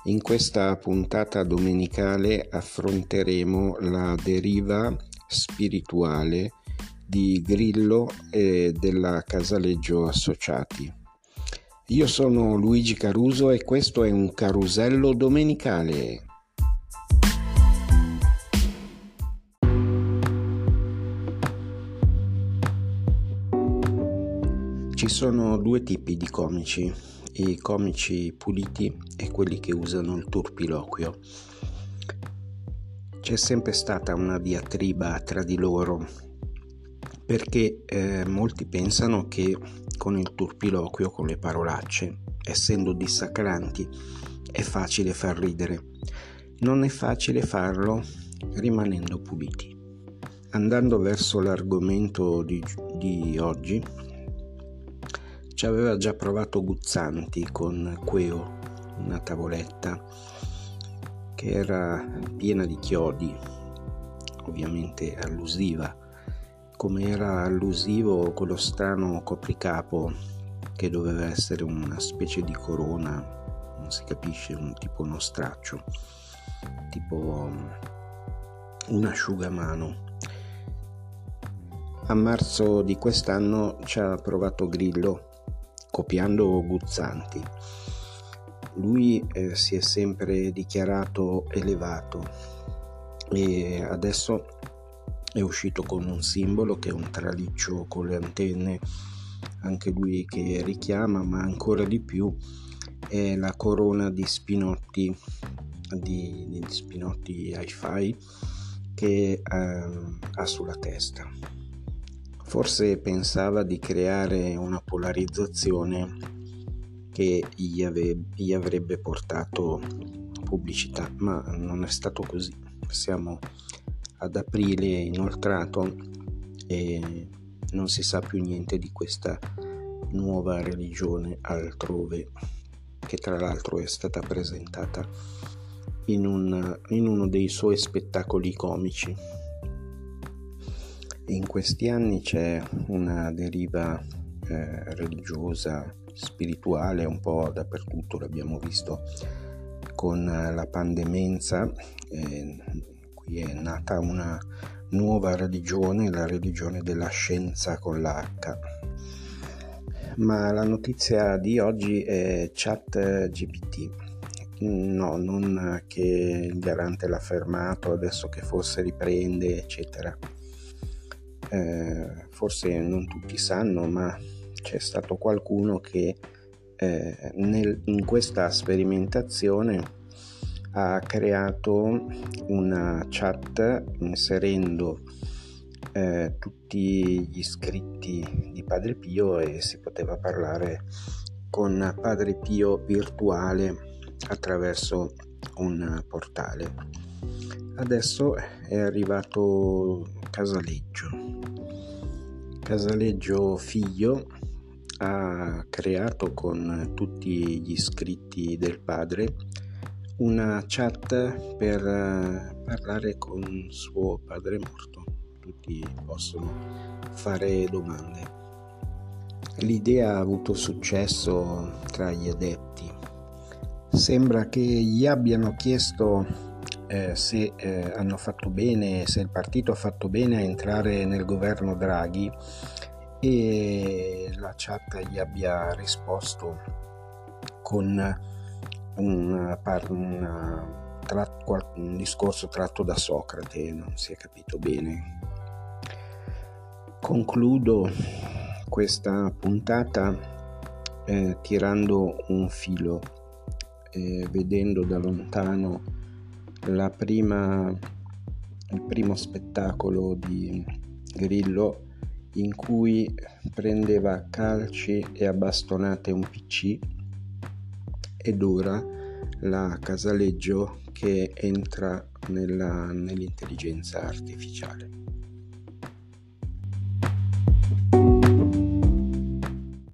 In questa puntata domenicale affronteremo la deriva spirituale di Grillo e della Casaleggio Associati. Io sono Luigi Caruso e questo è un carosello domenicale. Ci sono due tipi di comici, i comici puliti e quelli che usano il turpiloquio. C'è sempre stata una diatriba tra di loro perché molti pensano che con il turpiloquio, con le parolacce, essendo dissacranti, è facile far ridere. Non è facile farlo rimanendo puliti. Andando verso l'argomento di oggi, ci aveva già provato Guzzanti con Queo, una tavoletta che era piena di chiodi, ovviamente allusiva, come era allusivo quello strano copricapo che doveva essere una specie di corona, non si capisce, tipo uno straccio, tipo un asciugamano. A marzo di quest'anno ci ha provato Grillo, copiando Guzzanti. Lui si è sempre dichiarato elevato e adesso è uscito con un simbolo che è un traliccio con le antenne, anche lui che richiama, ma ancora di più è la corona di spinotti, di spinotti hi-fi che ha sulla testa. Forse pensava di creare una polarizzazione che gli avrebbe portato pubblicità, ma non è stato così. Siamo ad aprile inoltrato e non si sa più niente di questa nuova religione altrove, che tra l'altro è stata presentata in uno dei suoi spettacoli comici. In questi anni c'è una deriva religiosa, spirituale un po' dappertutto, l'abbiamo visto con la pandemenza. Qui è nata una nuova religione, la religione della scienza con l'H. Ma la notizia di oggi è ChatGPT. No, non che il garante l'ha fermato, adesso che forse riprende, eccetera. Forse non tutti sanno, ma c'è stato qualcuno che in questa sperimentazione ha creato una chat inserendo tutti gli iscritti di Padre Pio e si poteva parlare con Padre Pio virtuale attraverso un portale. Adesso è arrivato Casaleggio figlio ha creato con tutti gli iscritti del padre una chat per parlare con suo padre morto. Tutti possono fare domande. L'idea ha avuto successo tra gli adepti. Sembra che gli abbiano chiesto se hanno fatto bene, se il partito ha fatto bene a entrare nel governo Draghi, e la chat gli abbia risposto con un discorso tratto da Socrate, non si è capito bene. Concludo questa puntata tirando un filo, vedendo da lontano il primo spettacolo di Grillo in cui prendeva a calci e a bastonate un PC, ed ora la Casaleggio che entra nell'intelligenza artificiale.